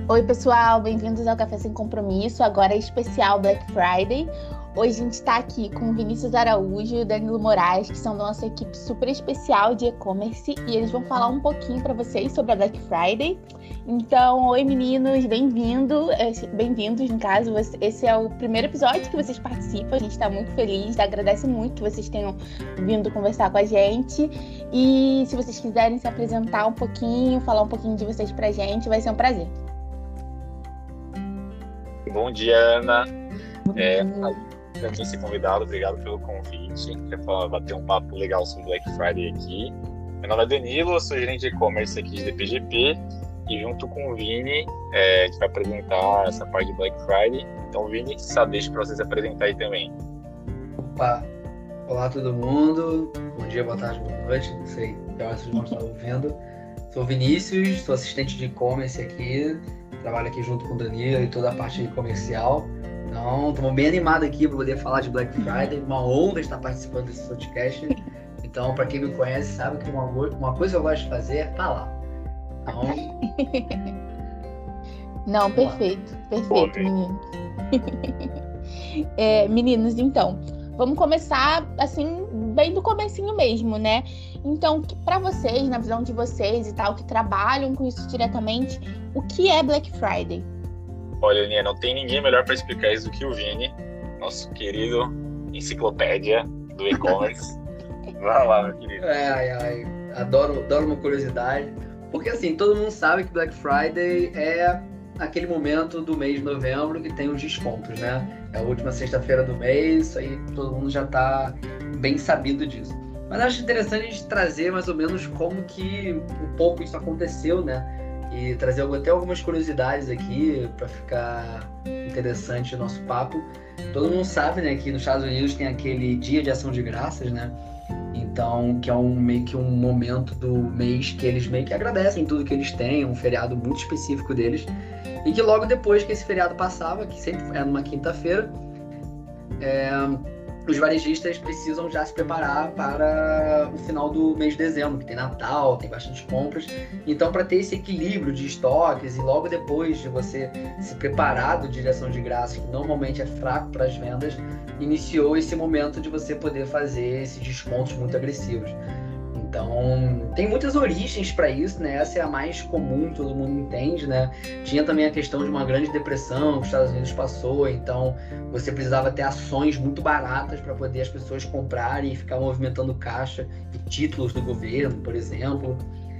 Oi, pessoal, bem-vindos ao Café Sem Compromisso, agora é especial Black Friday. Hoje a gente está aqui com o Vinícius Araújo e o Danilo Moraes, que são da nossa equipe super especial de e-commerce, e eles vão falar um pouquinho para vocês sobre a Black Friday. Então, oi meninos, bem-vindos, no caso, esse é o primeiro episódio que vocês participam, a gente está muito feliz, agradece muito que vocês tenham vindo conversar com a gente, e se vocês quiserem se apresentar um pouquinho, falar um pouquinho de vocês pra gente, vai ser um prazer. Bom dia, Ana. Também ser convidado, obrigado pelo convite. Quer bater um papo legal sobre Black Friday aqui. Meu nome é Danilo, eu sou gerente de e-commerce aqui de DPGP e junto com o Vini, a gente vai apresentar essa parte de Black Friday. Então, Vini, deixa para você se apresentar aí também. Opa! Olá todo mundo, bom dia, boa tarde, boa noite, não sei que horas vocês vão estar ouvindo. Sou o Vinícius, sou assistente de e-commerce aqui, trabalho aqui junto com o Danilo e toda a parte comercial. Então, estamos bem animados aqui para poder falar de Black Friday. Uma honra estar participando desse podcast. Então, para quem me conhece, sabe que uma coisa que eu gosto de fazer é falar. Então... Não, perfeito, meninos. Meninos, então, vamos começar assim, bem do comecinho mesmo, né? Então, para vocês, na visão de vocês e tal, que trabalham com isso diretamente, o que é Black Friday? Olha, Aninha, não tem ninguém melhor para explicar isso do que o Vini, nosso querido enciclopédia do e-commerce. Vai lá, meu querido. Adoro uma curiosidade. Porque assim, todo mundo sabe que Black Friday é aquele momento do mês de novembro que tem os descontos, né? É a última sexta-feira do mês, aí todo mundo já tá bem sabido disso. Mas acho interessante a gente trazer mais ou menos como que um pouco isso aconteceu, né? E trazer até algumas curiosidades aqui para ficar interessante o nosso papo. Todo mundo sabe, né, que nos Estados Unidos tem aquele Dia de Ação de Graças, né? Então, que é meio que um momento do mês que eles meio que agradecem tudo que eles têm, um feriado muito específico deles. E que logo depois que esse feriado passava, que sempre é numa quinta-feira, os varejistas precisam já se preparar para o final do mês de dezembro, que tem Natal, tem bastante compras. Então, para ter esse equilíbrio de estoques e logo depois de você se preparar do Dia de Ação de Graças, que normalmente é fraco para as vendas, iniciou esse momento de você poder fazer esses descontos muito agressivos. Então, tem muitas origens para isso, né? Essa é a mais comum, todo mundo entende, né? Tinha também a questão de uma grande depressão que os Estados Unidos passou, então você precisava ter ações muito baratas para poder as pessoas comprarem e ficar movimentando caixa de títulos do governo, por exemplo.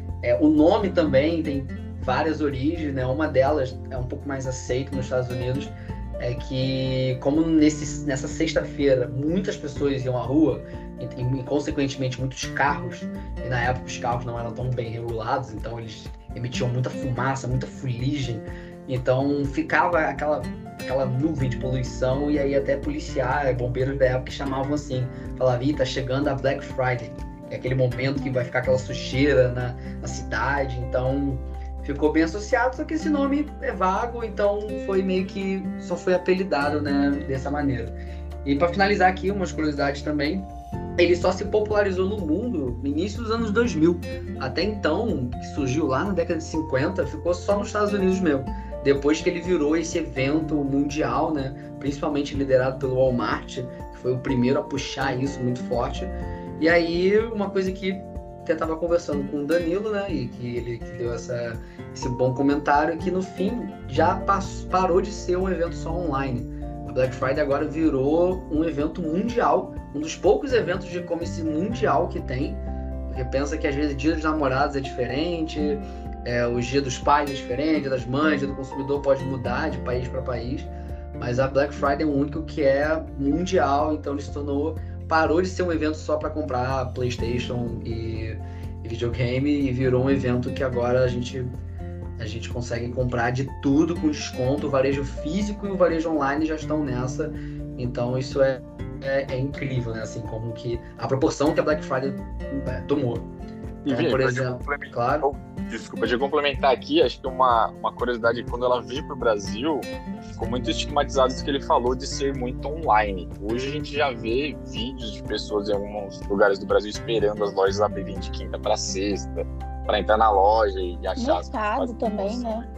O nome também tem várias origens, né? Uma delas é um pouco mais aceita nos Estados Unidos, é que como nessa sexta-feira muitas pessoas iam à rua e consequentemente muitos carros, e na época os carros não eram tão bem regulados, então eles emitiam muita fumaça, muita fuligem, então ficava aquela nuvem de poluição, e aí até policiais, bombeiros da época chamavam assim, falavam, tá chegando a Black Friday, é aquele momento que vai ficar aquela sujeira na cidade, então ficou bem associado, só que esse nome é vago, então foi meio que só foi apelidado, né, dessa maneira. E para finalizar aqui, umas curiosidades também, ele só se popularizou no mundo no início dos anos 2000. Até então, que surgiu lá na década de 50, ficou só nos Estados Unidos mesmo. Depois que ele virou esse evento mundial, né, principalmente liderado pelo Walmart, que foi o primeiro a puxar isso muito forte. E aí, uma coisa que até estava conversando com o Danilo, né, e que ele deu esse bom comentário, que no fim já parou de ser um evento só online. A Black Friday agora virou um evento mundial, um dos poucos eventos de e-commerce mundial que tem, porque pensa que às vezes Dia dos Namorados é diferente, o Dia dos Pais é diferente, Dia das Mães, Dia do Consumidor pode mudar de país para país, mas a Black Friday é o único que é mundial, então ele parou de ser um evento só para comprar PlayStation e videogame e virou um evento que agora a gente consegue comprar de tudo com desconto. O varejo físico e o varejo online já estão nessa, então isso é incrível, né? Assim, como que a proporção que a Black Friday tomou. Então, por exemplo, claro. Desculpa, de complementar aqui, acho que uma curiosidade, quando ela veio para o Brasil, ficou muito estigmatizado isso que ele falou de ser muito online. Hoje a gente já vê vídeos de pessoas em alguns lugares do Brasil esperando as lojas abrirem de quinta para sexta, para entrar na loja e achar mercado também, né?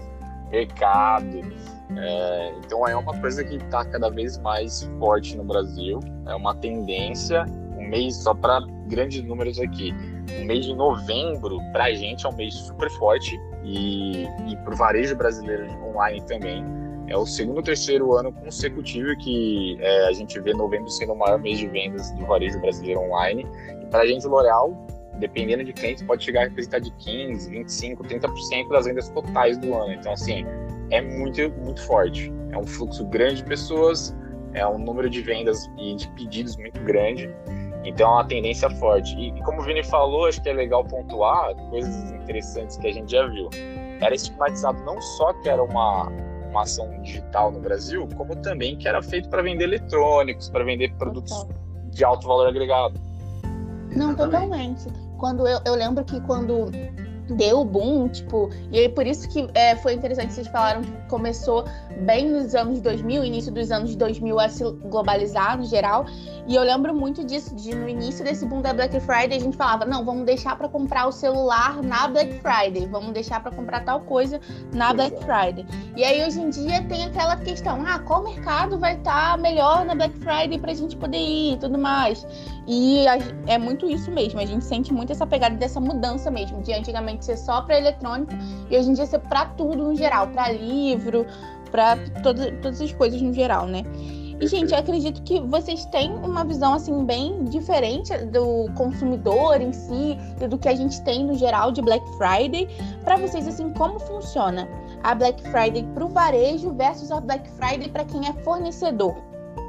mercado. Então é uma coisa que está cada vez mais forte no Brasil, é uma tendência. Um mês, só para grandes números aqui, o mês de novembro para a gente é um mês super forte e para o varejo brasileiro online também. É o segundo ou terceiro ano consecutivo que a gente vê novembro sendo o maior mês de vendas do varejo brasileiro online. E para a gente, o L'Oréal, dependendo de clientes, pode chegar a representar de 15%, 25%, 30% das vendas totais do ano. Então, assim, é muito, muito forte. É um fluxo grande de pessoas, é um número de vendas e de pedidos muito grande. Então, é uma tendência forte. E como o Vini falou, acho que é legal pontuar coisas interessantes que a gente já viu. Era estigmatizado não só que era uma ação digital no Brasil, como também que era feito para vender eletrônicos, para vender produtos de alto valor agregado. Não, totalmente. Quando eu lembro que quando deu o boom, tipo, e aí por isso que foi interessante, vocês falaram que começou bem nos anos 2000, início dos anos 2000 a se globalizar no geral, e eu lembro muito disso, no início desse boom da Black Friday, a gente falava, não, vamos deixar para comprar o celular na Black Friday, vamos deixar para comprar tal coisa na Black Friday. E aí hoje em dia tem aquela questão, qual mercado vai estar melhor na Black Friday pra gente poder ir e tudo mais. E é muito isso mesmo, a gente sente muito essa pegada dessa mudança mesmo, de antigamente ser só para eletrônico e hoje em dia ser para tudo no geral, para livro, para todas as coisas no geral, né? E, gente, eu acredito que vocês têm uma visão, assim, bem diferente do consumidor em si e do que a gente tem no geral de Black Friday. Para vocês, assim, como funciona a Black Friday para o varejo versus a Black Friday para quem é fornecedor?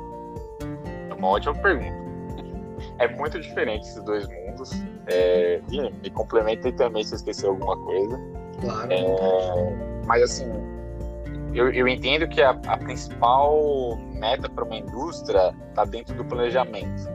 É uma ótima pergunta. É muito diferente esses dois mundos. Vini, me complementem também se eu esqueci alguma coisa. Claro. Mas, assim, eu entendo que a principal meta para uma indústria está dentro do planejamento.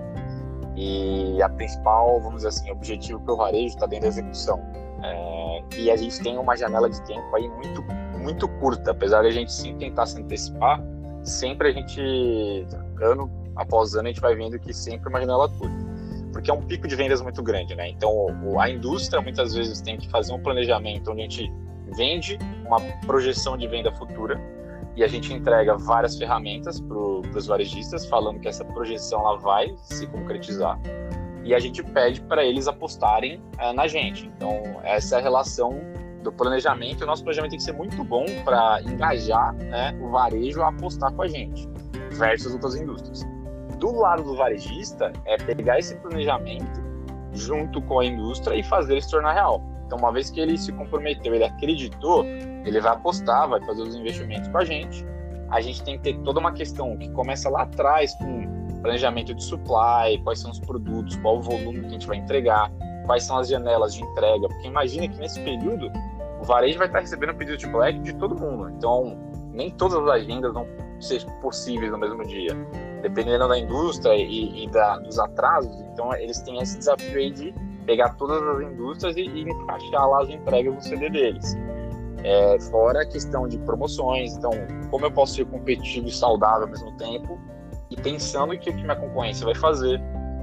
E a principal, vamos dizer assim, objetivo para o varejo está dentro da execução. E a gente tem uma janela de tempo aí muito, muito curta. Apesar de a gente sim tentar se antecipar, sempre a gente, ano após ano, a gente vai vendo que sempre é uma janela curta. Porque é um pico de vendas muito grande, né? Então, a indústria muitas vezes tem que fazer um planejamento onde a gente vende uma projeção de venda futura e a gente entrega várias ferramentas para os varejistas, falando que essa projeção ela vai se concretizar. E a gente pede para eles apostarem na gente. Então, essa é a relação do planejamento. O nosso planejamento tem que ser muito bom para engajar, né, o varejo a apostar com a gente, versus outras indústrias. Do lado do varejista, é pegar esse planejamento junto com a indústria e fazer ele se tornar real. Então, uma vez que ele se comprometeu, ele acreditou, ele vai apostar, vai fazer os investimentos com a gente. A gente tem que ter toda uma questão que começa lá atrás com planejamento de supply, quais são os produtos, qual o volume que a gente vai entregar, quais são as janelas de entrega. Porque imagina que nesse período, o varejo vai estar recebendo pedido de Black de todo mundo. Então, nem todas as agendas vão ser possíveis no mesmo dia. Dependendo da indústria e dos atrasos, então eles têm esse desafio aí de pegar todas as indústrias e encaixar lá as entregas no CD deles. Fora a questão de promoções, então como eu posso ser competitivo e saudável ao mesmo tempo e pensando em que minha concorrência vai fazer.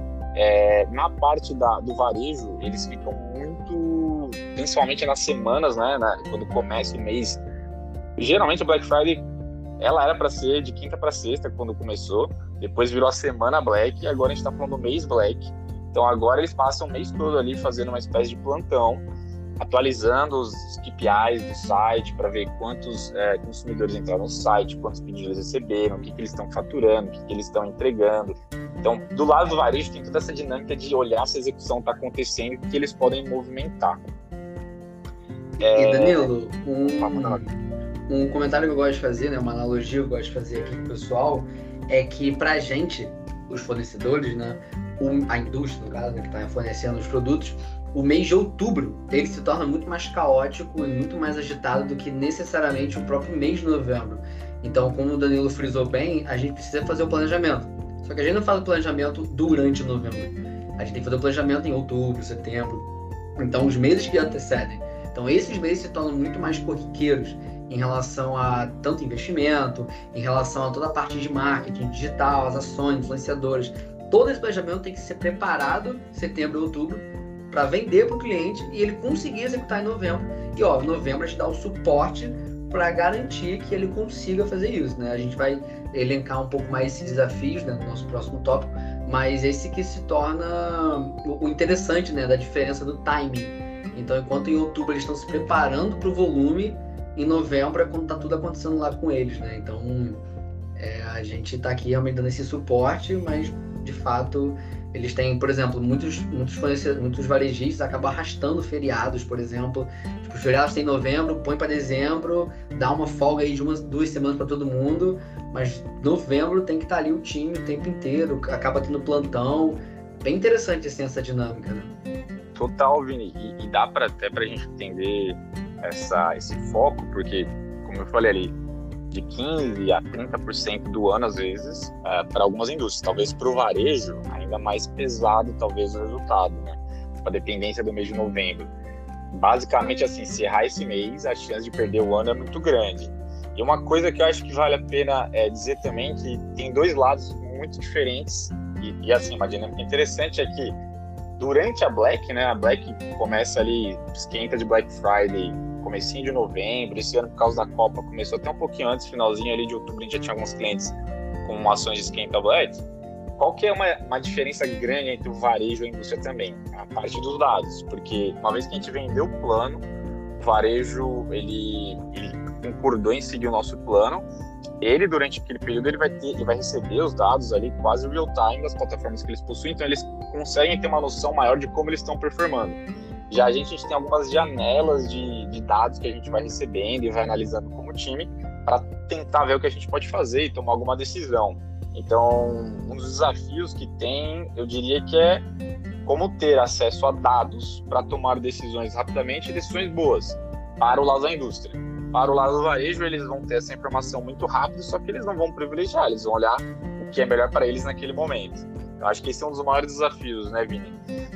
Na parte do varejo, eles ficam muito, principalmente nas semanas, né, quando começa o mês. Geralmente o Black Friday ela era para ser de quinta para sexta quando começou, depois virou a semana Black e agora a gente está falando do mês Black. Então agora eles passam o mês todo ali fazendo uma espécie de plantão, atualizando os KPIs do site para ver quantos consumidores entraram no site, quantos pedidos eles receberam, o que eles estão faturando, o que eles estão entregando. Então, do lado do varejo tem toda essa dinâmica de olhar se a execução está acontecendo e o que eles podem movimentar. E Danilo, um comentário que eu gosto de fazer, né, uma analogia que eu gosto de fazer aqui com o pessoal, é que pra gente, os fornecedores, né, a indústria, no caso, né, que está fornecendo os produtos, o mês de outubro ele se torna muito mais caótico e muito mais agitado do que necessariamente o próprio mês de novembro. Então, como o Danilo frisou bem, a gente precisa fazer o planejamento. Só que a gente não faz o planejamento durante novembro. A gente tem que fazer o planejamento em outubro, setembro. Então, os meses que antecedem. Então, esses meses se tornam muito mais corriqueiros em relação a tanto investimento, em relação a toda a parte de marketing, digital, as ações, influenciadores. Todo esse planejamento tem que ser preparado em setembro e outubro para vender para o cliente e ele conseguir executar em novembro. E, ó, em novembro a gente dá o suporte para garantir que ele consiga fazer isso, né? A gente vai elencar um pouco mais esses desafios, né, no nosso próximo tópico, mas esse que se torna o interessante, né, da diferença do timing. Então, enquanto em outubro eles estão se preparando para o volume, em novembro é quando tá tudo acontecendo lá com eles, né? Então, a gente tá aqui realmente dando esse suporte, mas de fato eles têm, por exemplo, muitos varejistas acabam arrastando feriados, por exemplo. Tipo, os feriados tem em novembro, põe para dezembro, dá uma folga aí de 2 semanas para todo mundo, mas novembro tem que estar ali o time o tempo inteiro, acaba tendo plantão. Bem interessante assim, essa dinâmica, né? Total, Vini, e dá até pra gente entender esse foco, porque, como eu falei ali, de 15% a 30% do ano, às vezes, para algumas indústrias. Talvez para o varejo, ainda mais pesado, talvez, o resultado, né? A dependência do mês de novembro. Basicamente, assim, se errar esse mês, a chance de perder o ano é muito grande. E uma coisa que eu acho que vale a pena dizer também, que tem 2 lados muito diferentes, e assim, uma dinâmica interessante é que durante a Black, né? A Black começa ali, esquenta de Black Friday, comecinho de novembro. Esse ano, por causa da Copa, começou até um pouquinho antes, finalzinho ali de outubro, a gente já tinha alguns clientes com ações de esquenta Black. Qual que é uma diferença grande entre o varejo e a indústria também? A parte dos dados, porque uma vez que a gente vendeu o plano, o varejo, ele concordou em seguir o nosso plano. Ele, durante aquele período, ele vai receber os dados ali quase real time das plataformas que eles possuem, então eles conseguem ter uma noção maior de como eles estão performando. Já a gente tem algumas janelas de dados que a gente vai recebendo e vai analisando como time para tentar ver o que a gente pode fazer e tomar alguma decisão. Então, um dos desafios que tem, eu diria que é como ter acesso a dados para tomar decisões rapidamente e decisões boas para o lado da indústria. Para o lado do varejo, eles vão ter essa informação muito rápido, só que eles não vão privilegiar, eles vão olhar o que é melhor para eles naquele momento. Eu acho que esse é um dos maiores desafios, né, Vini?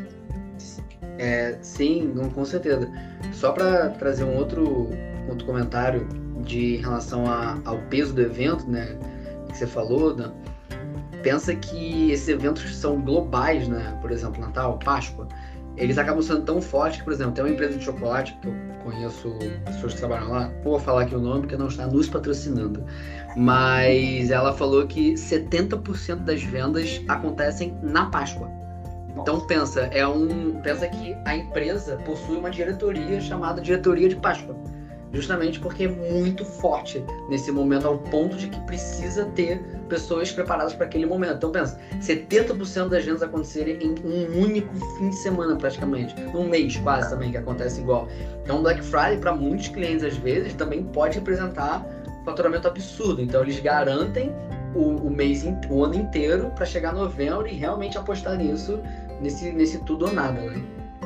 Sim, com certeza. Só para trazer um outro comentário em relação ao peso do evento, né, que você falou, Dan, pensa que esses eventos são globais, né? Por exemplo, Natal, Páscoa, eles acabam sendo tão fortes que, por exemplo, tem uma empresa de chocolate que eu conheço pessoas que trabalham lá, não vou falar aqui o nome porque não está nos patrocinando, mas ela falou que 70% das vendas acontecem na Páscoa. Então pensa que a empresa possui uma diretoria chamada Diretoria de Páscoa, justamente porque é muito forte nesse momento, ao ponto de que precisa ter pessoas preparadas para aquele momento. Então pensa, 70% das vendas acontecerem em um único fim de semana praticamente, num mês quase também, que acontece igual. Então Black Friday para muitos clientes às vezes também pode representar um faturamento absurdo. Então eles garantem o ano inteiro para chegar em novembro e realmente apostar nisso, nesse tudo ou nada, né?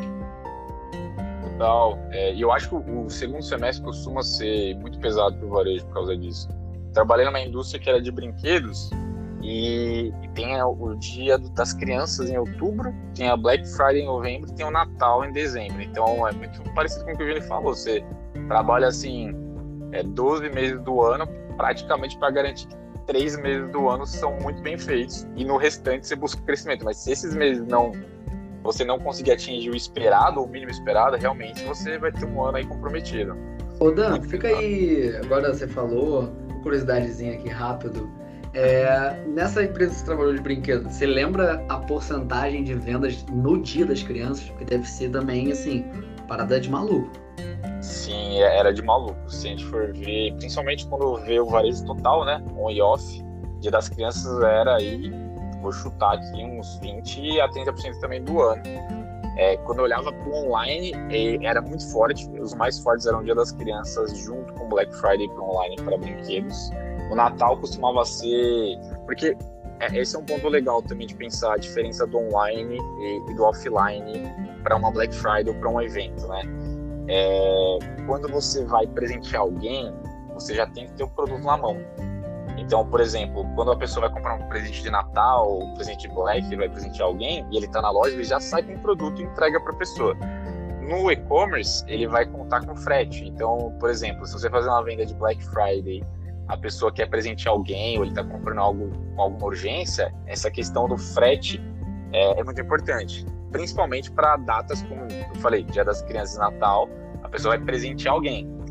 Total. E eu acho que o segundo semestre costuma ser muito pesado para o varejo por causa disso. Trabalhei numa indústria que era de brinquedos e tem o Dia das Crianças em outubro, tem a Black Friday em novembro e tem o Natal em dezembro. Então é muito parecido com o que o Vini falou. Você trabalha assim 12 meses do ano praticamente para garantir que 3 meses do ano são muito bem feitos e no restante você busca crescimento. Mas se esses meses você não conseguir atingir o esperado, ou o mínimo esperado, realmente você vai ter um ano aí comprometido. Ô Dan, fica aí, agora você falou, curiosidadezinha aqui rápido, nessa empresa que você trabalhou de brinquedo, você lembra a porcentagem de vendas no Dia das Crianças? Porque deve ser também, assim, parada de maluco. Sim, era de maluco. Se a gente for ver, principalmente quando vê o varejo total, né, on e off, Dia das Crianças era aí, vou chutar aqui, uns 20% a 30% também do ano. Quando eu olhava para o online, era muito forte. Os mais fortes eram o Dia das Crianças junto com Black Friday para online, para brinquedos. O Natal costumava ser... Porque esse é um ponto legal também de pensar a diferença do online e do offline para uma Black Friday ou para um evento, né? Quando você vai presentear alguém, você já tem que ter o produto na mão. Então, por exemplo, quando a pessoa vai comprar um presente de Natal ou um presente de Black, ele vai presentear alguém e ele está na loja, ele já sai com o produto e entrega para a pessoa. No e-commerce, ele vai contar com frete. Então, por exemplo, se você fazer uma venda de Black Friday, a pessoa quer presentear alguém ou ele está comprando algo com alguma urgência, essa questão do frete é muito importante. Principalmente para datas como eu falei, Dia das Crianças e Natal, a pessoa vai presentear alguém.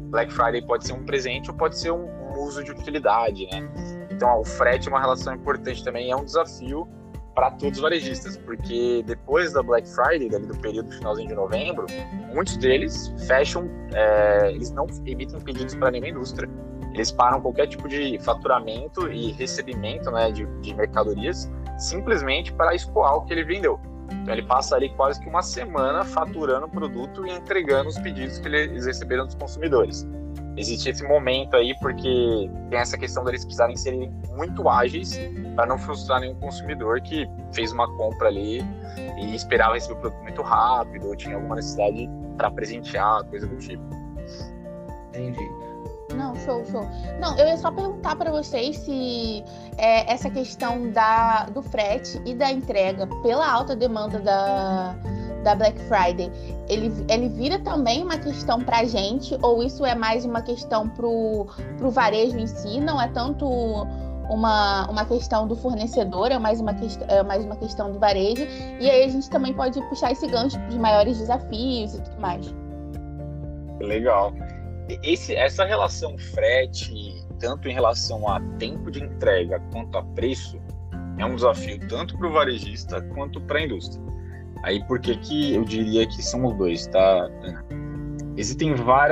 Black Friday pode ser um presente ou pode ser um uso de utilidade, né? Então, o frete é uma relação importante também, é um desafio para todos os varejistas, porque depois da Black Friday, ali do período finalzinho de novembro, muitos deles fecham, eles não emitem pedidos para nenhuma indústria. Eles param qualquer tipo de faturamento e recebimento, né, de mercadorias, simplesmente para escoar o que ele vendeu. Então ele passa ali quase que uma semana faturando o produto e entregando os pedidos que eles receberam dos consumidores. Existe esse momento aí porque tem essa questão deles precisarem serem muito ágeis para não frustrar nenhum consumidor que fez uma compra ali e esperava receber o produto muito rápido ou tinha alguma necessidade para presentear, coisa do tipo. Entendi. Não, show. Não, eu ia só perguntar para vocês se essa questão do frete e da entrega pela alta demanda da Black Friday, ele vira também uma questão para a gente, ou isso é mais uma questão pro varejo em si, não é tanto uma questão do fornecedor, é mais uma questão do varejo, e aí a gente também pode puxar esse gancho para os maiores desafios e tudo mais. Legal. Essa relação frete, tanto em relação a tempo de entrega quanto a preço, é um desafio tanto para o varejista quanto para a indústria. Aí por que eu diria que são os dois, tá? Existem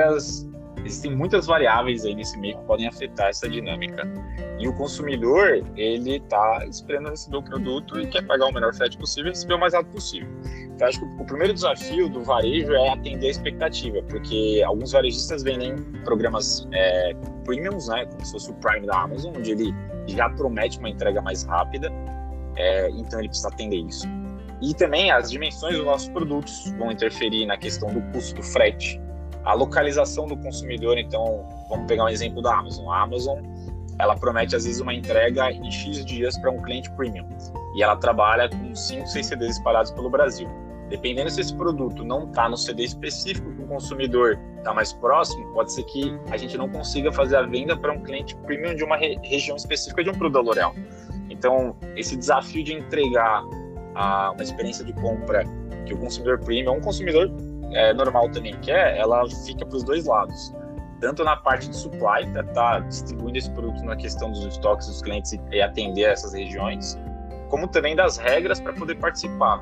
muitas variáveis aí nesse meio que podem afetar essa dinâmica. E o consumidor, ele tá esperando receber o produto e quer pagar o menor frete possível e receber o mais rápido possível. Então, acho que o primeiro desafio do varejo é atender a expectativa, porque alguns varejistas vendem programas premiums, né, como se fosse o Prime da Amazon, onde ele já promete uma entrega mais rápida, então ele precisa atender isso. E também as dimensões dos nossos produtos vão interferir na questão do custo do frete, a localização do consumidor. Então, vamos pegar um exemplo da Amazon. A Amazon, ela promete às vezes uma entrega em X dias para um cliente premium, e ela trabalha com 5, 6 CDs espalhados pelo Brasil. Dependendo se esse produto não está no CD específico que o consumidor está mais próximo, pode ser que a gente não consiga fazer a venda para um cliente premium de uma região específica de um produto da L'Oréal. Então, esse desafio de entregar uma experiência de compra que o consumidor premium, um consumidor normal também quer, ela fica para os dois lados. Tanto na parte de supply, para estar distribuindo esse produto na questão dos estoques dos clientes e atender a essas regiões, como também das regras para poder participar.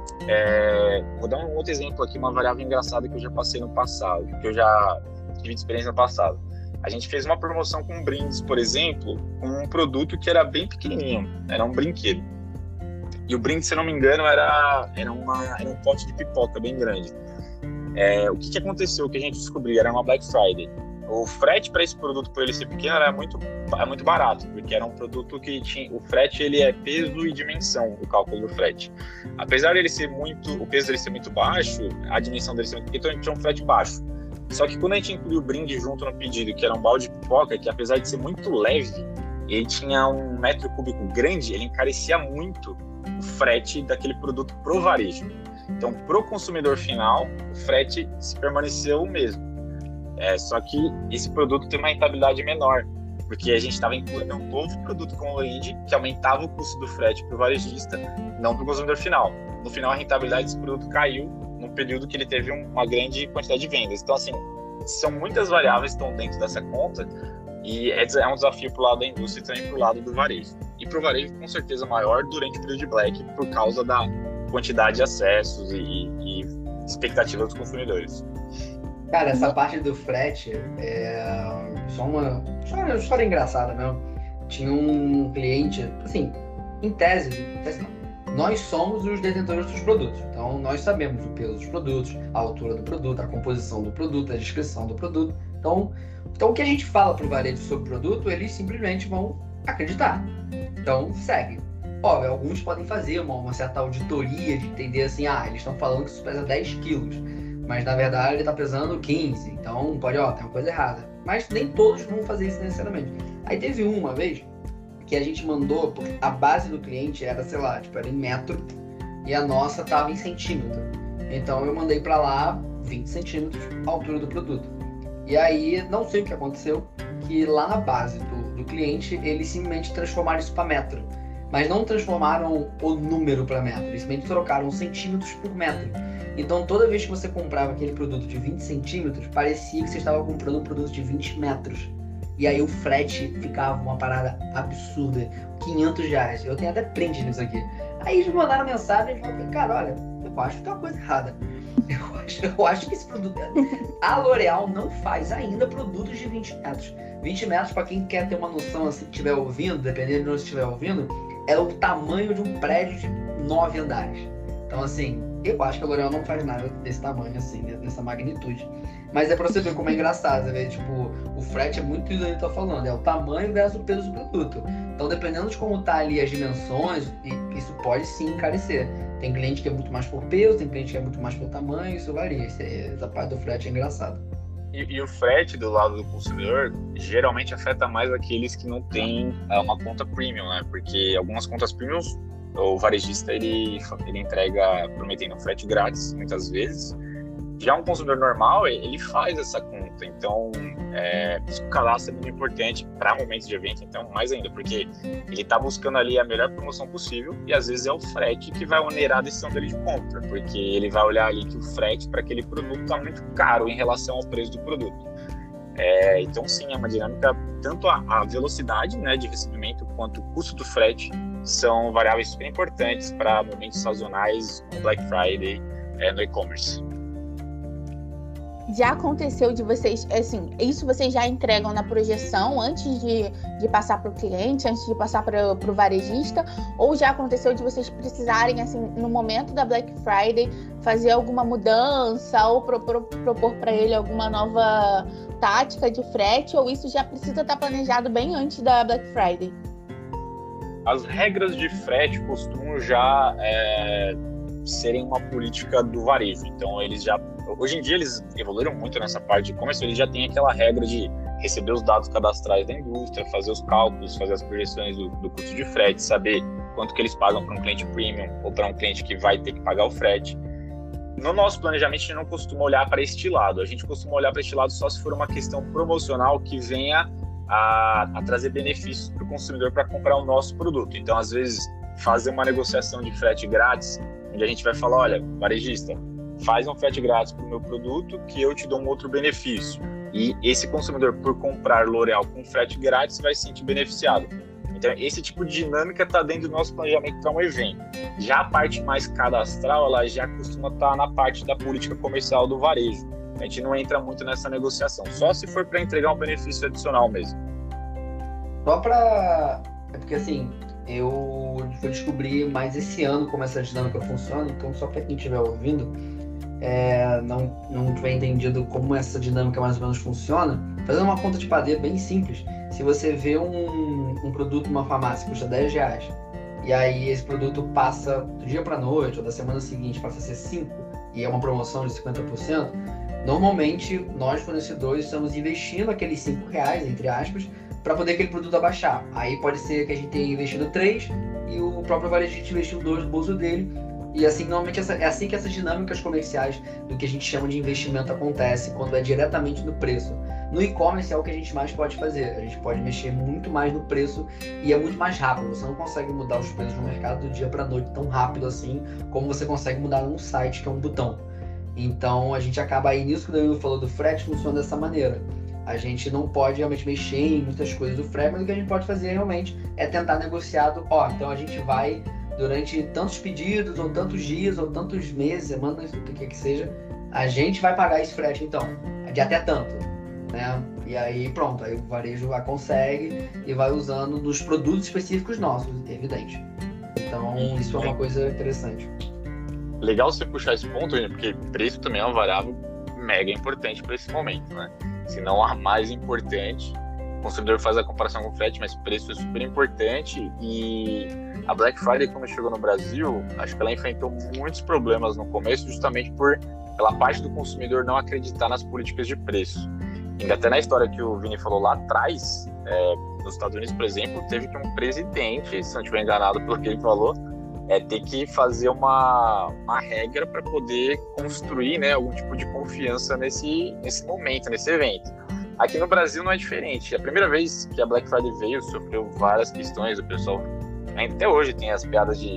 Vou dar um outro exemplo aqui, uma variável engraçada que eu já passei no passado, que eu já tive experiência no passado. A gente fez uma promoção com brindes, por exemplo, com um produto que era bem pequenininho, era um brinquedo. E o brinde, se não me engano, era um pote de pipoca bem grande. O que aconteceu, que a gente descobriu, era uma Black Friday. O frete para esse produto, por ele ser pequeno, era muito barato, porque era um produto que tinha... O frete, ele é peso e dimensão, o cálculo do frete. Apesar dele ser o peso dele ser muito baixo, a dimensão dele ser muito pequena, então a gente tinha um frete baixo. Só que quando a gente incluiu o brinde junto no pedido, que era um balde de pipoca, que apesar de ser muito leve, ele tinha 1 metro cúbico grande, ele encarecia muito o frete daquele produto pro varejo. Então, pro consumidor final, o frete permaneceu o mesmo. Só que esse produto tem uma rentabilidade menor, porque a gente estava incluindo um novo produto com o brinde que aumentava o custo do frete para o varejista, não para o consumidor final. No final, a rentabilidade desse produto caiu num período que ele teve uma grande quantidade de vendas. Então, assim, são muitas variáveis que estão dentro dessa conta e é um desafio para o lado da indústria e também para o lado do varejo. E para o varejo, com certeza, maior durante o período de Black, por causa da quantidade de acessos e expectativa dos consumidores. Cara, essa parte do frete só uma história engraçada mesmo. Tinha um cliente, assim, em tese não. Nós somos os detentores dos produtos, então nós sabemos o peso dos produtos, a altura do produto, a composição do produto, a descrição do produto. Então o que a gente fala para o varejo sobre o produto, eles simplesmente vão acreditar. Então segue. Óbvio, alguns podem fazer uma certa auditoria de entender assim, eles estão falando que isso pesa 10 quilos, mas na verdade ele está pesando 15, então tem uma coisa errada. Mas nem todos vão fazer isso necessariamente. Aí teve uma vez que a gente mandou, a base do cliente era, era em metro, e a nossa estava em centímetro. Então eu mandei para lá 20 centímetros a altura do produto. E aí, não sei o que aconteceu, que lá na base do cliente, eles simplesmente transformaram isso para metro. Mas não transformaram o número para metro, eles simplesmente trocaram centímetros por metro. Então, toda vez que você comprava aquele produto de 20 centímetros, parecia que você estava comprando um produto de 20 metros. E aí o frete ficava uma parada absurda, R$500. Eu tenho até print nisso aqui. Aí eles mandaram mensagem e falaram, cara, olha, eu acho que tem uma coisa errada. Eu acho que esse produto... A L'Oréal não faz ainda produtos de 20 metros. 20 metros, para quem quer ter uma noção, assim, que estiver ouvindo, dependendo de onde estiver ouvindo, é o tamanho de um prédio de 9 andares. Então, assim, eu acho que a L'Oréal não faz nada desse tamanho, assim, dessa magnitude. Mas é pra você ver como é engraçado, você vê, tipo, o frete é muito isso que a gente tá falando, é o tamanho versus o peso do produto. Então, dependendo de como tá ali as dimensões, isso pode sim encarecer. Tem cliente que é muito mais por peso, tem cliente que é muito mais por tamanho, isso varia. Essa parte do frete é engraçada. E o frete do lado do consumidor geralmente afeta mais aqueles que não têm uma conta premium, né? Porque algumas contas premium, o varejista ele entrega prometendo frete grátis, muitas vezes. Já um consumidor normal, ele faz essa conta. Então, o cadastro é muito importante para momentos de evento, então mais ainda, porque ele está buscando ali a melhor promoção possível e às vezes é o frete que vai onerar a decisão dele de compra, porque ele vai olhar ali que o frete para aquele produto está muito caro em relação ao preço do produto. Então, sim, é uma dinâmica, tanto a velocidade, né, de recebimento quanto o custo do frete são variáveis super importantes para momentos sazonais, no Black Friday, no e-commerce. Já aconteceu de vocês, assim, isso vocês já entregam na projeção antes de passar para o cliente, antes de passar para o varejista, ou já aconteceu de vocês precisarem, assim, no momento da Black Friday, fazer alguma mudança ou propor para ele alguma nova tática de frete, ou isso já precisa estar planejado bem antes da Black Friday? As regras de frete costumam já serem uma política do varejo, então eles já... Hoje em dia eles evoluíram muito nessa parte de e-commerce, eles já têm aquela regra de receber os dados cadastrais da indústria, fazer os cálculos, fazer as projeções do custo de frete, saber quanto que eles pagam para um cliente premium ou para um cliente que vai ter que pagar o frete. No nosso planejamento, a gente não costuma olhar para este lado, a gente costuma olhar para este lado só se for uma questão promocional que venha a trazer benefícios para o consumidor para comprar o nosso produto. Então, às vezes, fazer uma negociação de frete grátis, onde a gente vai falar, olha, varejista, faz um frete grátis para o meu produto que eu te dou um outro benefício. E esse consumidor, por comprar L'Oréal com frete grátis, vai se sentir beneficiado. Então, esse tipo de dinâmica está dentro do nosso planejamento para um evento. Já a parte mais cadastral, ela já costuma estar na parte da política comercial do varejo. A gente não entra muito nessa negociação, só se for para entregar um benefício adicional mesmo. Só para... É porque, assim, eu fui descobrir mais esse ano como essa dinâmica funciona, então só para quem estiver ouvindo, não tiver entendido como essa dinâmica mais ou menos funciona, fazendo uma conta de padeiro bem simples. Se você vê um produto numa farmácia que custa R$10, e aí esse produto passa do dia para noite ou da semana seguinte passa a ser 5, e é uma promoção de 50%, normalmente nós fornecedores estamos investindo aqueles R$5, entre aspas, para poder aquele produto abaixar. Aí pode ser que a gente tenha investido 3 e o próprio varejista investiu 2 no bolso dele. E assim, normalmente é assim que essas dinâmicas comerciais do que a gente chama de investimento acontece, quando é diretamente no preço. No e-commerce é o que a gente mais pode fazer. A gente pode mexer muito mais no preço e é muito mais rápido. Você não consegue mudar os preços no mercado do dia para noite tão rápido assim, como você consegue mudar num site que é um botão. Então a gente acaba aí nisso que o Danilo falou do frete, funciona dessa maneira. A gente não pode realmente mexer em muitas coisas do frete, mas o que a gente pode fazer realmente é tentar negociar então a gente vai durante tantos pedidos, ou tantos dias, ou tantos meses, semanas, o que que seja, a gente vai pagar esse frete então, de até tanto, né? E aí pronto, aí o varejo consegue e vai usando nos produtos específicos nossos, evidente. Então isso é uma coisa interessante. Legal você puxar esse ponto, porque preço também é uma variável mega importante para esse momento, né? Se não a mais importante, o consumidor faz a comparação com o frete, mas preço é super importante. E a Black Friday, quando chegou no Brasil, acho que ela enfrentou muitos problemas no começo, justamente pela parte do consumidor não acreditar nas políticas de preço. Ainda até na história que o Vini falou lá atrás, nos Estados Unidos, por exemplo, teve que um presidente, se não estiver enganado pelo que ele falou, ter que fazer uma regra para poder construir, né, algum tipo de confiança nesse momento, nesse evento. Aqui no Brasil não é diferente. A primeira vez que a Black Friday veio, sofreu várias questões. O pessoal, até hoje, tem as piadas de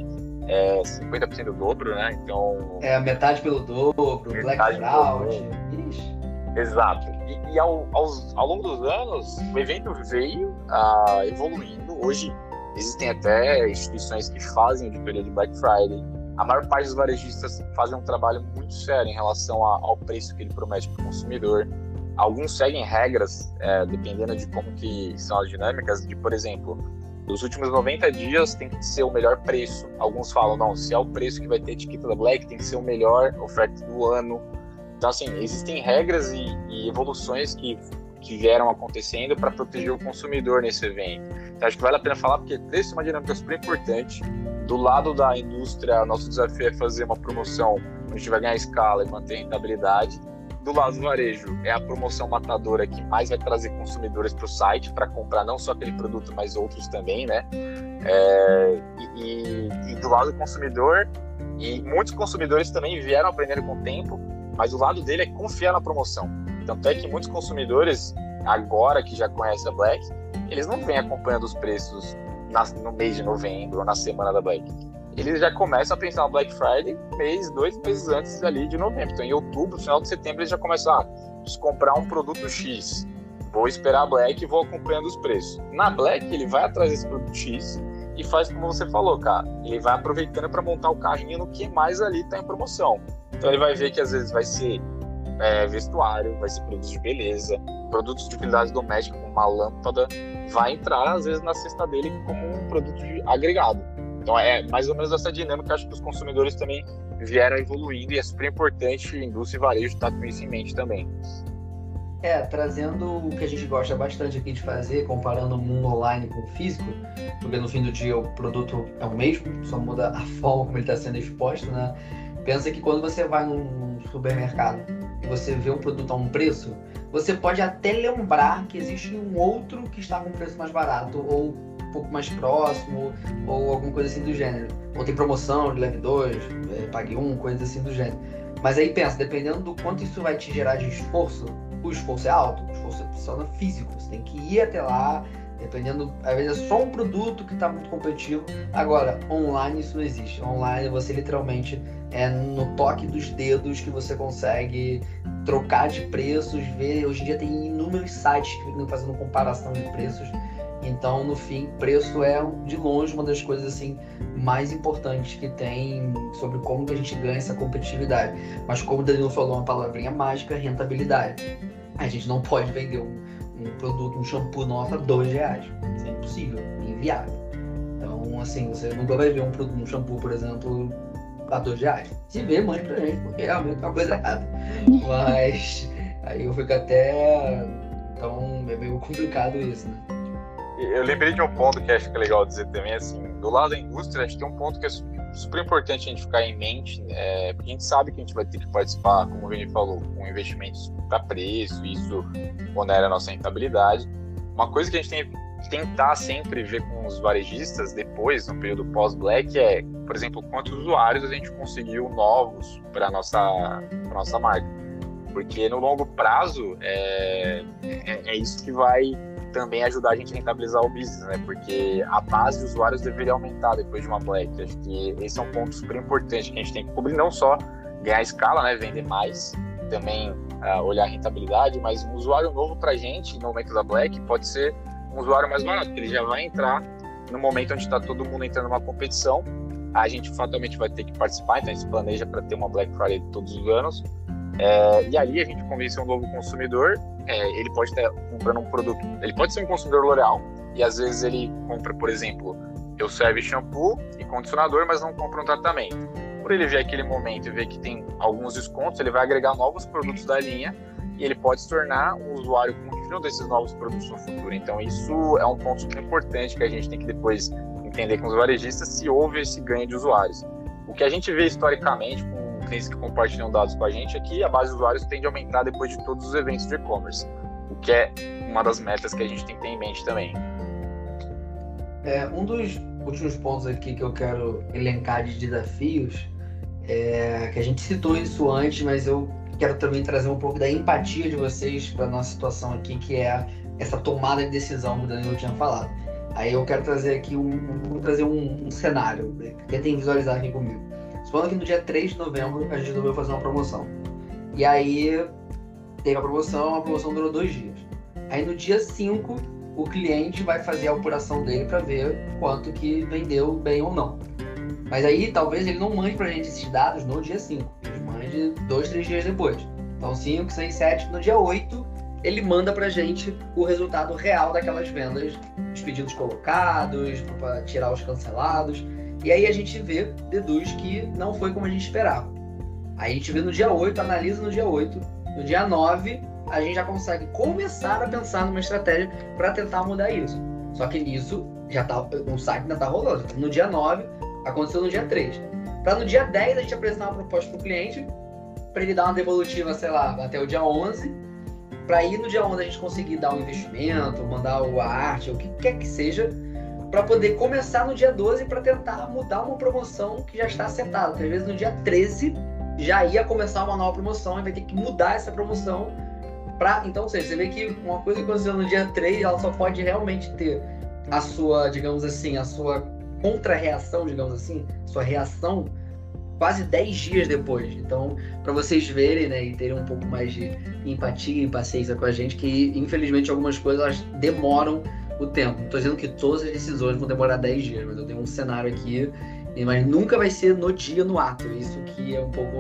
é 50% do dobro, né? Então... É, metade pelo dobro, Black Fraud. Exato. E ao longo dos anos, o evento veio evoluindo. Hoje existem até instituições que fazem auditoria de Black Friday. A maior parte dos varejistas fazem um trabalho muito sério em relação ao preço que ele promete para o consumidor. Alguns seguem regras, dependendo de como que são as dinâmicas, de, por exemplo, nos últimos 90 dias tem que ser o melhor preço. Alguns falam, não, se é o preço que vai ter etiqueta da Black, tem que ser o melhor oferta do ano. Então, assim, existem regras e evoluções que vieram acontecendo para proteger o consumidor nesse evento. Então, acho que vale a pena falar, porque preço é uma dinâmica super importante. Do lado da indústria, nosso desafio é fazer uma promoção onde a gente vai ganhar escala e manter a rentabilidade. Do lado do varejo, é a promoção matadora que mais vai trazer consumidores para o site para comprar não só aquele produto, mas outros também, né? E do lado do consumidor, e muitos consumidores também vieram aprendendo com o tempo, mas o lado dele é confiar na promoção. Tanto é que muitos consumidores, agora que já conhecem a Black, eles não vêm acompanhando os preços no mês de novembro ou na semana da Black. Eles já começam a pensar no Black Friday 2 meses antes ali de novembro. Então, em outubro, final de setembro, eles já começam preciso comprar um produto X. Vou esperar a Black e vou acompanhando os preços. Na Black, ele vai atrás desse produto X e faz como você falou, cara. Ele vai aproveitando para montar o carrinho no que mais ali está em promoção. Então, ele vai ver que às vezes vai ser vestuário, vai ser produtos de beleza, produtos de utilidade doméstica, como uma lâmpada, vai entrar às vezes na cesta dele como um produto agregado. Então é mais ou menos essa dinâmica, acho que os consumidores também vieram evoluindo e é super importante a indústria e varejo estar com isso em mente também. Trazendo o que a gente gosta bastante aqui de fazer, comparando o mundo online com o físico, porque no fim do dia o produto é o mesmo, só muda a forma como ele está sendo exposto, né? Pensa que quando você vai num supermercado e você vê um produto a um preço, você pode até lembrar que existe um outro que está com um preço mais barato, ou um pouco mais próximo, ou alguma coisa assim do gênero. Ou tem promoção de leve 2, pague 1, coisa assim do gênero. Mas aí pensa, dependendo do quanto isso vai te gerar de esforço, o esforço é alto, o esforço é só no físico, você tem que ir até lá, dependendo, às vezes é só um produto que está muito competitivo. Agora, online isso não existe. Online você literalmente no toque dos dedos que você consegue trocar de preços, ver. Hoje em dia tem inúmeros sites que ficam fazendo comparação de preços. Então, no fim, preço é de longe uma das coisas assim mais importantes que tem sobre como que a gente ganha essa competitividade. Mas como o Danilo falou, uma palavrinha mágica, rentabilidade. A gente não pode vender um produto, um shampoo nosso a R$2. Isso é impossível, inviável. Então, assim, você nunca vai ver um shampoo, por exemplo, a R$2. Se vê, mande pra gente, porque realmente é uma coisa errada. Mas aí eu fico até... Então, é meio complicado isso, né? Eu lembrei de um ponto que acho que é legal dizer também, assim, do lado da indústria, acho que tem um ponto que é super importante a gente ficar em mente, porque a gente sabe que a gente vai ter que participar, como o Vini falou, com investimentos para preço, isso onera a nossa rentabilidade. Uma coisa que a gente tem que tentar sempre ver com os varejistas depois, no período pós-Black, é, por exemplo, quantos usuários a gente conseguiu novos para a nossa marca. Porque no longo prazo é isso que vai também ajudar a gente a rentabilizar o business, né? Porque a base de usuários deveria aumentar depois de uma Black. Acho que esse é um ponto super importante que a gente tem que cobrir, não só ganhar escala, né? Vender mais, também olhar a rentabilidade, mas um usuário novo pra gente no momento da Black pode ser um usuário mais barato, porque ele já vai entrar no momento onde está todo mundo entrando numa competição. A gente fatalmente vai ter que participar, então a gente planeja para ter uma Black Friday todos os anos. E ali a gente convence um novo consumidor, ele pode estar comprando um produto, ele pode ser um consumidor L'Oréal, e às vezes ele compra, por exemplo, eu serve shampoo e condicionador, mas não compra um tratamento. Por ele ver aquele momento e ver que tem alguns descontos, ele vai agregar novos produtos da linha, e ele pode se tornar um usuário contínuo desses novos produtos no futuro. Então isso é um ponto super importante que a gente tem que depois entender com os varejistas se houve esse ganho de usuários. O que a gente vê historicamente com clientes que compartilham dados com a gente é que a base de usuários tende a aumentar depois de todos os eventos de e-commerce, o que é uma das metas que a gente tem que ter em mente também. Um dos últimos pontos aqui que eu quero elencar de desafios é que a gente citou isso antes, mas eu quero também trazer um pouco da empatia de vocês para a nossa situação aqui, que é essa tomada de decisão que o Danilo tinha falado. Aí eu quero trazer aqui um cenário. Tentem visualizar aqui comigo. Supondo que no dia 3 de novembro a gente resolveu fazer uma promoção. E aí teve a promoção durou 2 dias. Aí no dia 5 o cliente vai fazer a apuração dele para ver quanto que vendeu bem ou não. Mas aí talvez ele não mande pra gente esses dados no dia 5. Ele mande 2, 3 dias depois. Então 5, 6, 7, no dia 8 ele manda pra gente o resultado real daquelas vendas, os pedidos colocados, para tirar os cancelados. E aí a gente deduz que não foi como a gente esperava. Aí a gente vê no dia 8, analisa no dia 8. No dia 9, a gente já consegue começar a pensar numa estratégia para tentar mudar isso. Só que nisso, o site ainda tá rolando. No dia 9, aconteceu no dia 3. Para no dia 10 a gente apresentar uma proposta pro cliente, para ele dar uma devolutiva, sei lá, até o dia 11. Para aí no dia 11 a gente conseguir dar um investimento, mandar a arte, o que quer que seja, para poder começar no dia 12 para tentar mudar uma promoção que já está acertada. Porque às vezes no dia 13 já ia começar uma nova promoção e vai ter que mudar essa promoção. Então, ou seja, você vê que uma coisa que aconteceu no dia 3, ela só pode realmente ter a sua, digamos assim, a sua contra-reação, digamos assim, sua reação quase 10 dias depois. Então, para vocês verem, né, e terem um pouco mais de empatia e paciência com a gente, que infelizmente algumas coisas elas demoram o tempo. Não estou dizendo que todas as decisões vão demorar 10 dias, mas eu tenho um cenário aqui, mas nunca vai ser no dia, no ato. Isso que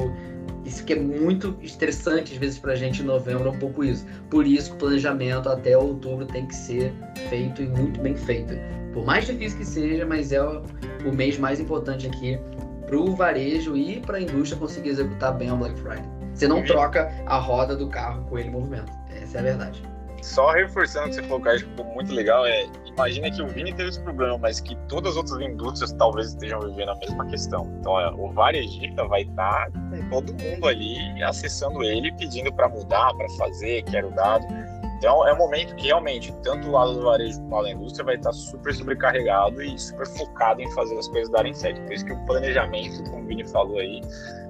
é muito estressante às vezes pra gente em novembro, é um pouco isso. Por isso que o planejamento até outubro tem que ser feito e muito bem feito. Por mais difícil que seja, mas é o mês mais importante aqui pro varejo e pra indústria conseguir executar bem o Black Friday. Você não troca a roda do carro com ele em movimento. Essa é a verdade. Só reforçando o que você falou, que ficou muito legal, imagina que o Vini teve esse problema, mas que todas as outras indústrias talvez estejam vivendo a mesma questão. Então, o varejista vai estar com todo mundo ali acessando ele, pedindo para mudar, para fazer, quero dado. Então, é um momento que realmente, tanto o lado do varejo como o lado da indústria vai estar super sobrecarregado e super focado em fazer as coisas darem certo. Por isso que o planejamento, como o Vini falou aí,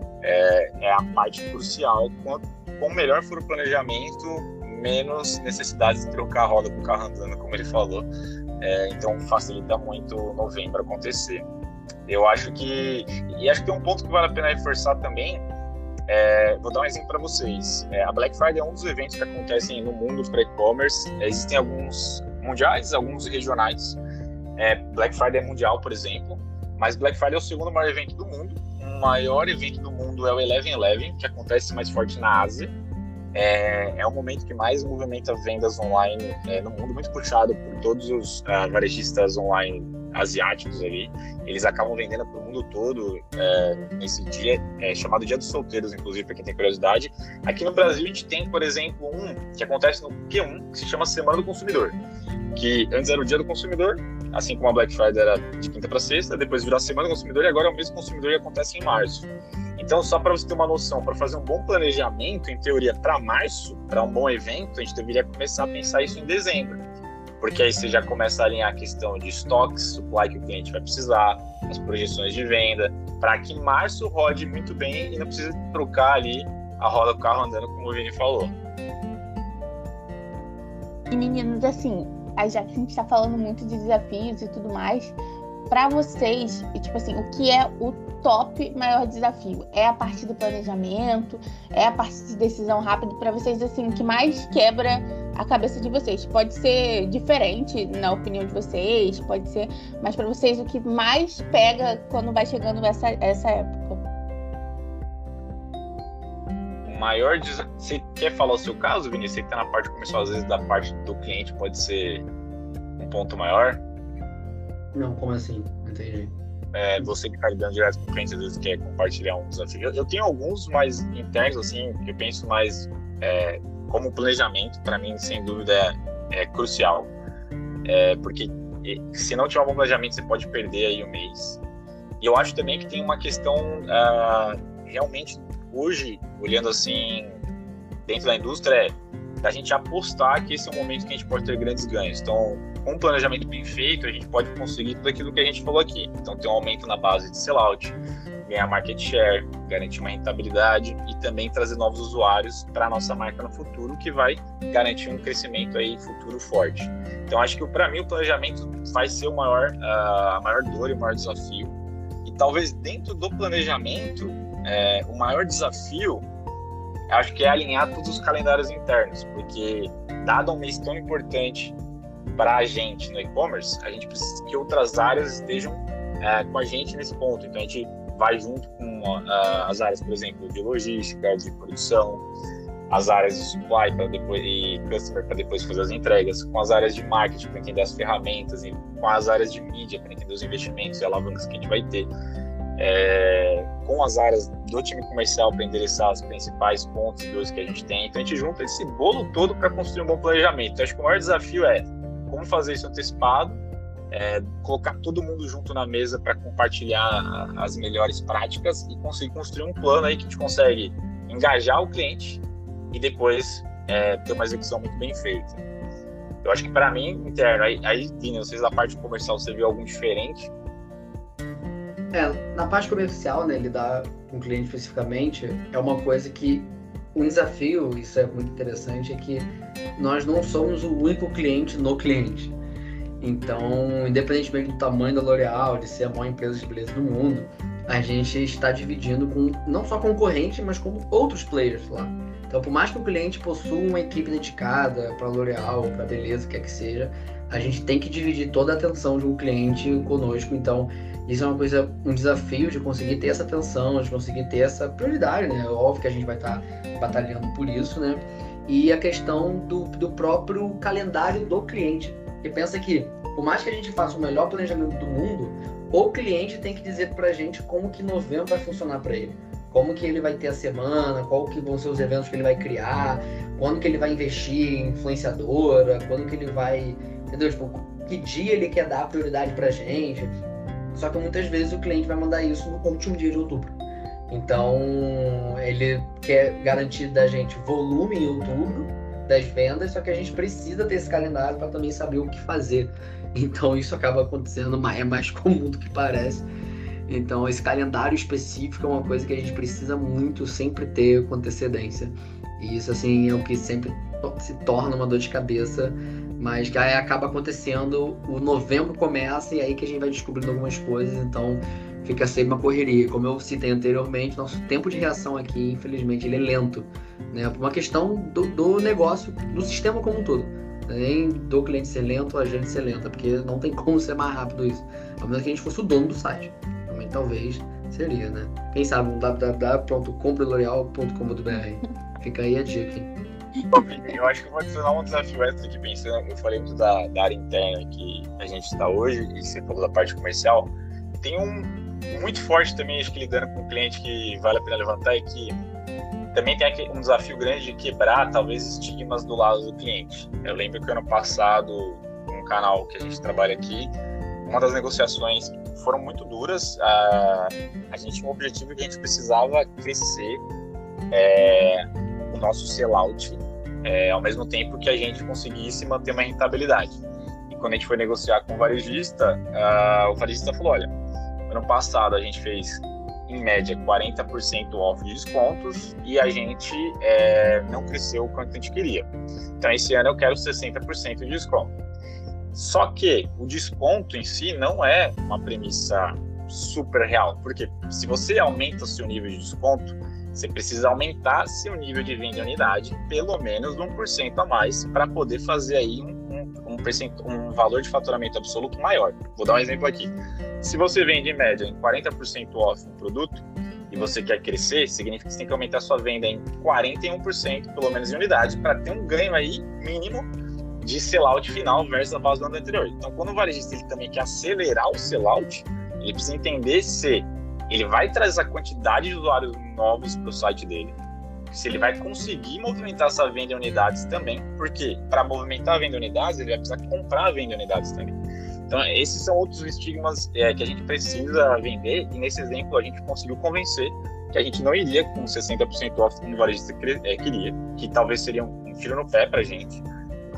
é a parte crucial. Quanto melhor for o planejamento, menos necessidade de trocar a roda com o carro andando, como ele falou. Então facilita muito novembro acontecer. Eu acho que tem um ponto que vale a pena reforçar também. Vou dar um exemplo para vocês. A Black Friday é um dos eventos que acontecem no mundo para e-commerce. Existem alguns mundiais, alguns regionais. Black Friday é mundial, por exemplo, mas Black Friday é o segundo maior evento do mundo. O maior evento do mundo é o 11/11, que acontece mais forte na Ásia. É o momento que mais movimenta vendas online no mundo, muito puxado por todos os varejistas online asiáticos ali. Eles acabam vendendo para o mundo todo nesse dia, chamado Dia dos Solteiros, inclusive, para quem tem curiosidade. Aqui no Brasil a gente tem, por exemplo, um que acontece no Q1, que se chama Semana do Consumidor, que antes era o Dia do Consumidor, assim como a Black Friday era de quinta para sexta, depois virou a Semana do Consumidor e agora é o mês do consumidor e acontece em março. Então, só para você ter uma noção, para fazer um bom planejamento, em teoria, para março, para um bom evento, a gente deveria começar a pensar isso em dezembro. Porque aí você já começa a alinhar a questão de estoques, supply que o cliente vai precisar, as projeções de venda, para que março rode muito bem e não precisa trocar ali a roda do carro andando, como o Vini falou. E meninos, assim, já que a gente está falando muito de desafios e tudo mais, para vocês, tipo assim, o que é o top maior desafio? É a parte do planejamento? É a parte de decisão rápida? Para vocês, assim, o que mais quebra a cabeça de vocês? Pode ser diferente na opinião de vocês, pode ser, mas para vocês o que mais pega quando vai chegando essa época? O maior desafio... Você quer falar o seu caso, Vinícius? Você que tá na parte comercial, às vezes da parte do cliente pode ser um ponto maior? Não, como assim? Entendi. Você que está lidando direto com o cliente, às vezes quer compartilhar um desafio. Eu tenho alguns mais internos, assim, que eu penso mais como planejamento, para mim, sem dúvida, é crucial. Porque se não tiver um bom planejamento, você pode perder aí o mês. E eu acho também que tem uma questão, realmente, hoje, olhando assim, dentro da indústria, da gente apostar que esse é um momento que a gente pode ter grandes ganhos. Então, com um planejamento bem feito, a gente pode conseguir tudo aquilo que a gente falou aqui. Então, ter um aumento na base de sellout, ganhar market share, garantir uma rentabilidade e também trazer novos usuários para a nossa marca no futuro, que vai garantir um crescimento aí futuro forte. Então, acho que para mim o planejamento vai ser a maior dor e o maior desafio. E talvez dentro do planejamento, o maior desafio, acho que é alinhar todos os calendários internos, porque dado um mês tão importante para a gente no e-commerce, a gente precisa que outras áreas estejam com a gente nesse ponto. Então, a gente vai junto com as áreas, por exemplo, de logística, de produção, as áreas de supply e customer para depois fazer as entregas, com as áreas de marketing para entender as ferramentas, e com as áreas de mídia para entender os investimentos e alavancas que a gente vai ter, com as áreas do time comercial para endereçar os principais pontos e dores que a gente tem. Então a gente junta esse bolo todo para construir um bom planejamento. Então, acho que o maior desafio é como fazer isso antecipado, colocar todo mundo junto na mesa para compartilhar as melhores práticas e conseguir construir um plano aí que a gente consegue engajar o cliente e depois ter uma execução muito bem feita. Eu acho que para mim, interno, aí Vini, não sei se da parte comercial você viu algum diferente. Na parte comercial, né, lidar com o cliente especificamente, é uma coisa que um desafio, isso é muito interessante, é que nós não somos o único cliente no cliente. Então, independentemente do tamanho da L'Oréal, de ser a maior empresa de beleza do mundo, a gente está dividindo com não só concorrente, mas com outros players lá. Então, por mais que o cliente possua uma equipe dedicada para L'Oréal, para beleza, quer que seja, a gente tem que dividir toda a atenção de um cliente conosco. Então, isso é um desafio de conseguir ter essa atenção, de conseguir ter essa prioridade, né? Óbvio que a gente vai estar batalhando por isso, né? E a questão do próprio calendário do cliente. Porque pensa que, por mais que a gente faça o melhor planejamento do mundo, o cliente tem que dizer pra gente como que novembro vai funcionar para ele. Como que ele vai ter a semana, qual que vão ser os eventos que ele vai criar, quando que ele vai investir em influenciadora, quando que ele vai... Entendeu? Tipo, que dia ele quer dar prioridade pra gente. Só que muitas vezes o cliente vai mandar isso no último dia de outubro. Então, ele quer garantir da gente volume em outubro das vendas, só que a gente precisa ter esse calendário para também saber o que fazer. Então, isso acaba acontecendo, é mais comum do que parece. Então, esse calendário específico é uma coisa que a gente precisa muito sempre ter com antecedência. E isso, assim, é o que sempre se torna uma dor de cabeça, mas que aí acaba acontecendo, o novembro começa e aí que a gente vai descobrindo algumas coisas, então fica sempre uma correria. Como eu citei anteriormente, nosso tempo de reação aqui, infelizmente, ele é lento, né? Por uma questão do negócio, do sistema como um todo. Nem do cliente ser lento, a gente ser lenta, porque não tem como ser mais rápido isso. A menos que a gente fosse o dono do site. Também talvez seria, né? Quem sabe um www.compreloreal.com.br. Fica aí a dica, hein? Eu acho que eu vou adicionar um desafio extra aqui, pensando, eu falei muito da área interna que a gente está hoje, e você falou da parte comercial. Tem um muito forte também, acho que lidando com o cliente, que vale a pena levantar, é que também tem um desafio grande de quebrar, talvez, estigmas do lado do cliente. Eu lembro que ano passado, num canal que a gente trabalha aqui, uma das negociações foram muito duras. A gente tinha um objetivo que a gente precisava crescer o nosso sellout, ao mesmo tempo que a gente conseguisse manter uma rentabilidade. E quando a gente foi negociar com o varejista falou, olha, ano passado a gente fez em média 40% off de descontos e a gente não cresceu o quanto a gente queria. Então esse ano eu quero 60% de desconto. Só que o desconto em si não é uma premissa super real, porque se você aumenta o seu nível de desconto, você precisa aumentar seu nível de venda em unidade pelo menos 1% a mais para poder fazer aí um valor de faturamento absoluto maior. Vou dar um exemplo aqui. Se você vende em média em 40% off um produto e você quer crescer, significa que você tem que aumentar sua venda em 41% pelo menos em unidade para ter um ganho aí mínimo de sellout final versus a base do ano anterior. Então, quando o varejista ele também quer acelerar o sellout, ele precisa entender se ele vai trazer a quantidade de usuários novos para o site dele, se ele vai conseguir movimentar essa venda em unidades também, porque para movimentar a venda em unidades, ele vai precisar comprar a venda em unidades também. Então, esses são outros estigmas que a gente precisa vender, e nesse exemplo a gente conseguiu convencer que a gente não iria com 60% off como o varejista queria, que talvez seria um tiro no pé para a gente.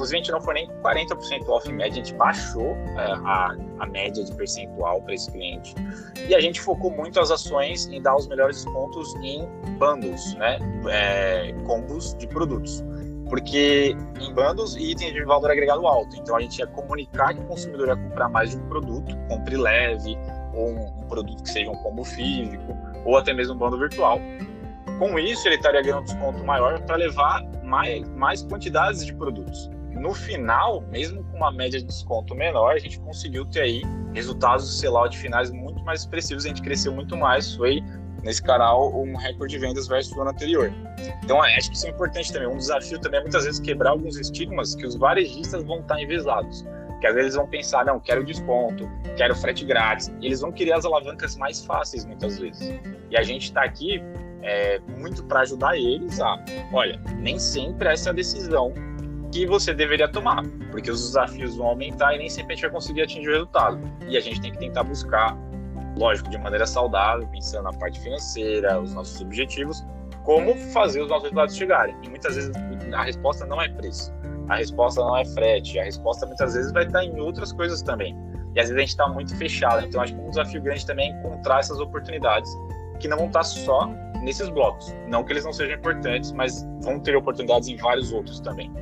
Inclusive, a gente não foi nem 40% off em média, a gente baixou a média de percentual para esse cliente. E a gente focou muito as ações em dar os melhores descontos em bundles, né? Combos de produtos. Porque em bundles e itens de valor agregado alto. Então, a gente ia comunicar que o consumidor ia comprar mais de um produto, compre leve, ou um produto que seja um combo físico, ou até mesmo um bundle virtual. Com isso, ele estaria ganhando um desconto maior para levar mais quantidades de produtos. No final, mesmo com uma média de desconto menor, a gente conseguiu ter aí resultados de sellout finais muito mais expressivos, a gente cresceu muito mais, foi nesse canal um recorde de vendas versus o ano anterior. Então, acho que isso é importante também. Um desafio também é muitas vezes quebrar alguns estigmas que os varejistas vão estar enviesados. Que às vezes eles vão pensar, não, quero desconto, quero frete grátis. Eles vão querer as alavancas mais fáceis muitas vezes. E a gente está aqui muito para ajudar eles olha, nem sempre essa é a decisão que você deveria tomar, porque os desafios vão aumentar e nem sempre a gente vai conseguir atingir o resultado. E a gente tem que tentar buscar, lógico, de maneira saudável, pensando na parte financeira, os nossos objetivos, como fazer os nossos resultados chegarem. E muitas vezes a resposta não é preço, a resposta não é frete, a resposta muitas vezes vai estar em outras coisas também. E às vezes a gente está muito fechado. Então acho que um desafio grande também é encontrar essas oportunidades que não vão estar só nesses blocos. Não que eles não sejam importantes, mas vão ter oportunidades em vários outros também.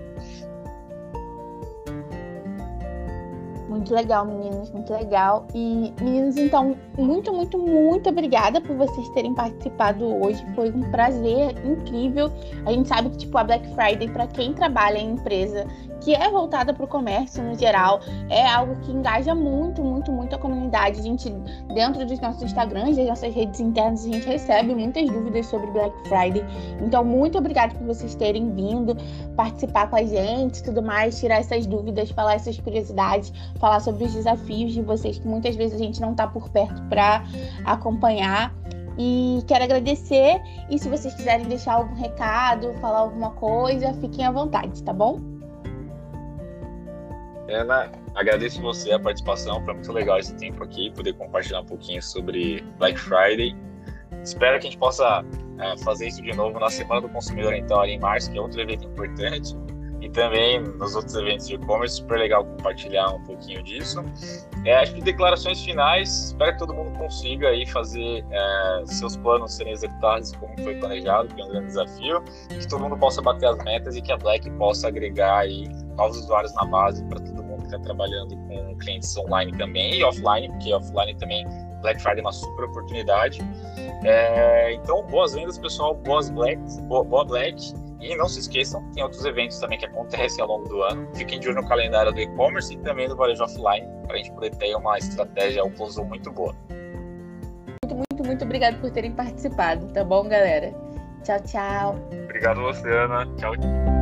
Muito legal, meninos, muito legal. E, meninos, então, muito, muito, muito obrigada por vocês terem participado hoje. Foi um prazer incrível. A gente sabe que, tipo, a Black Friday, para quem trabalha em empresa que é voltada para o comércio no geral, é algo que engaja muito, muito, muito a comunidade. A gente, dentro dos nossos Instagrams, das nossas redes internas, a gente recebe muitas dúvidas sobre Black Friday. Então, muito obrigada por vocês terem vindo participar com a gente e tudo mais, tirar essas dúvidas, falar essas curiosidades, falar sobre os desafios de vocês, que muitas vezes a gente não está por perto para acompanhar. E quero agradecer. E se vocês quiserem deixar algum recado, falar alguma coisa, fiquem à vontade, tá bom? Ana, agradeço você a participação, foi muito legal esse tempo aqui, poder compartilhar um pouquinho sobre Black Friday. Espero que a gente possa fazer isso de novo na Semana do Consumidor, então, ali em março, que é outro evento importante, e também nos outros eventos de e-commerce. Super legal compartilhar um pouquinho disso. Acho que declarações finais, espero que todo mundo consiga aí fazer seus planos serem executados como foi planejado, que é um grande desafio, que todo mundo possa bater as metas e que a Black possa agregar aí novos usuários na base para todo mundo que está trabalhando com clientes online também e offline, porque offline também Black Friday é uma super oportunidade. Então, boas vendas, pessoal, boa Black. E não se esqueçam, tem outros eventos também que acontecem ao longo do ano. Fiquem de olho no calendário do e-commerce e também do varejo offline, para a gente poder ter uma estratégia, um close muito boa. Muito, muito, muito obrigada por terem participado, tá bom, galera? Tchau, tchau. Obrigado você, Ana. Tchau.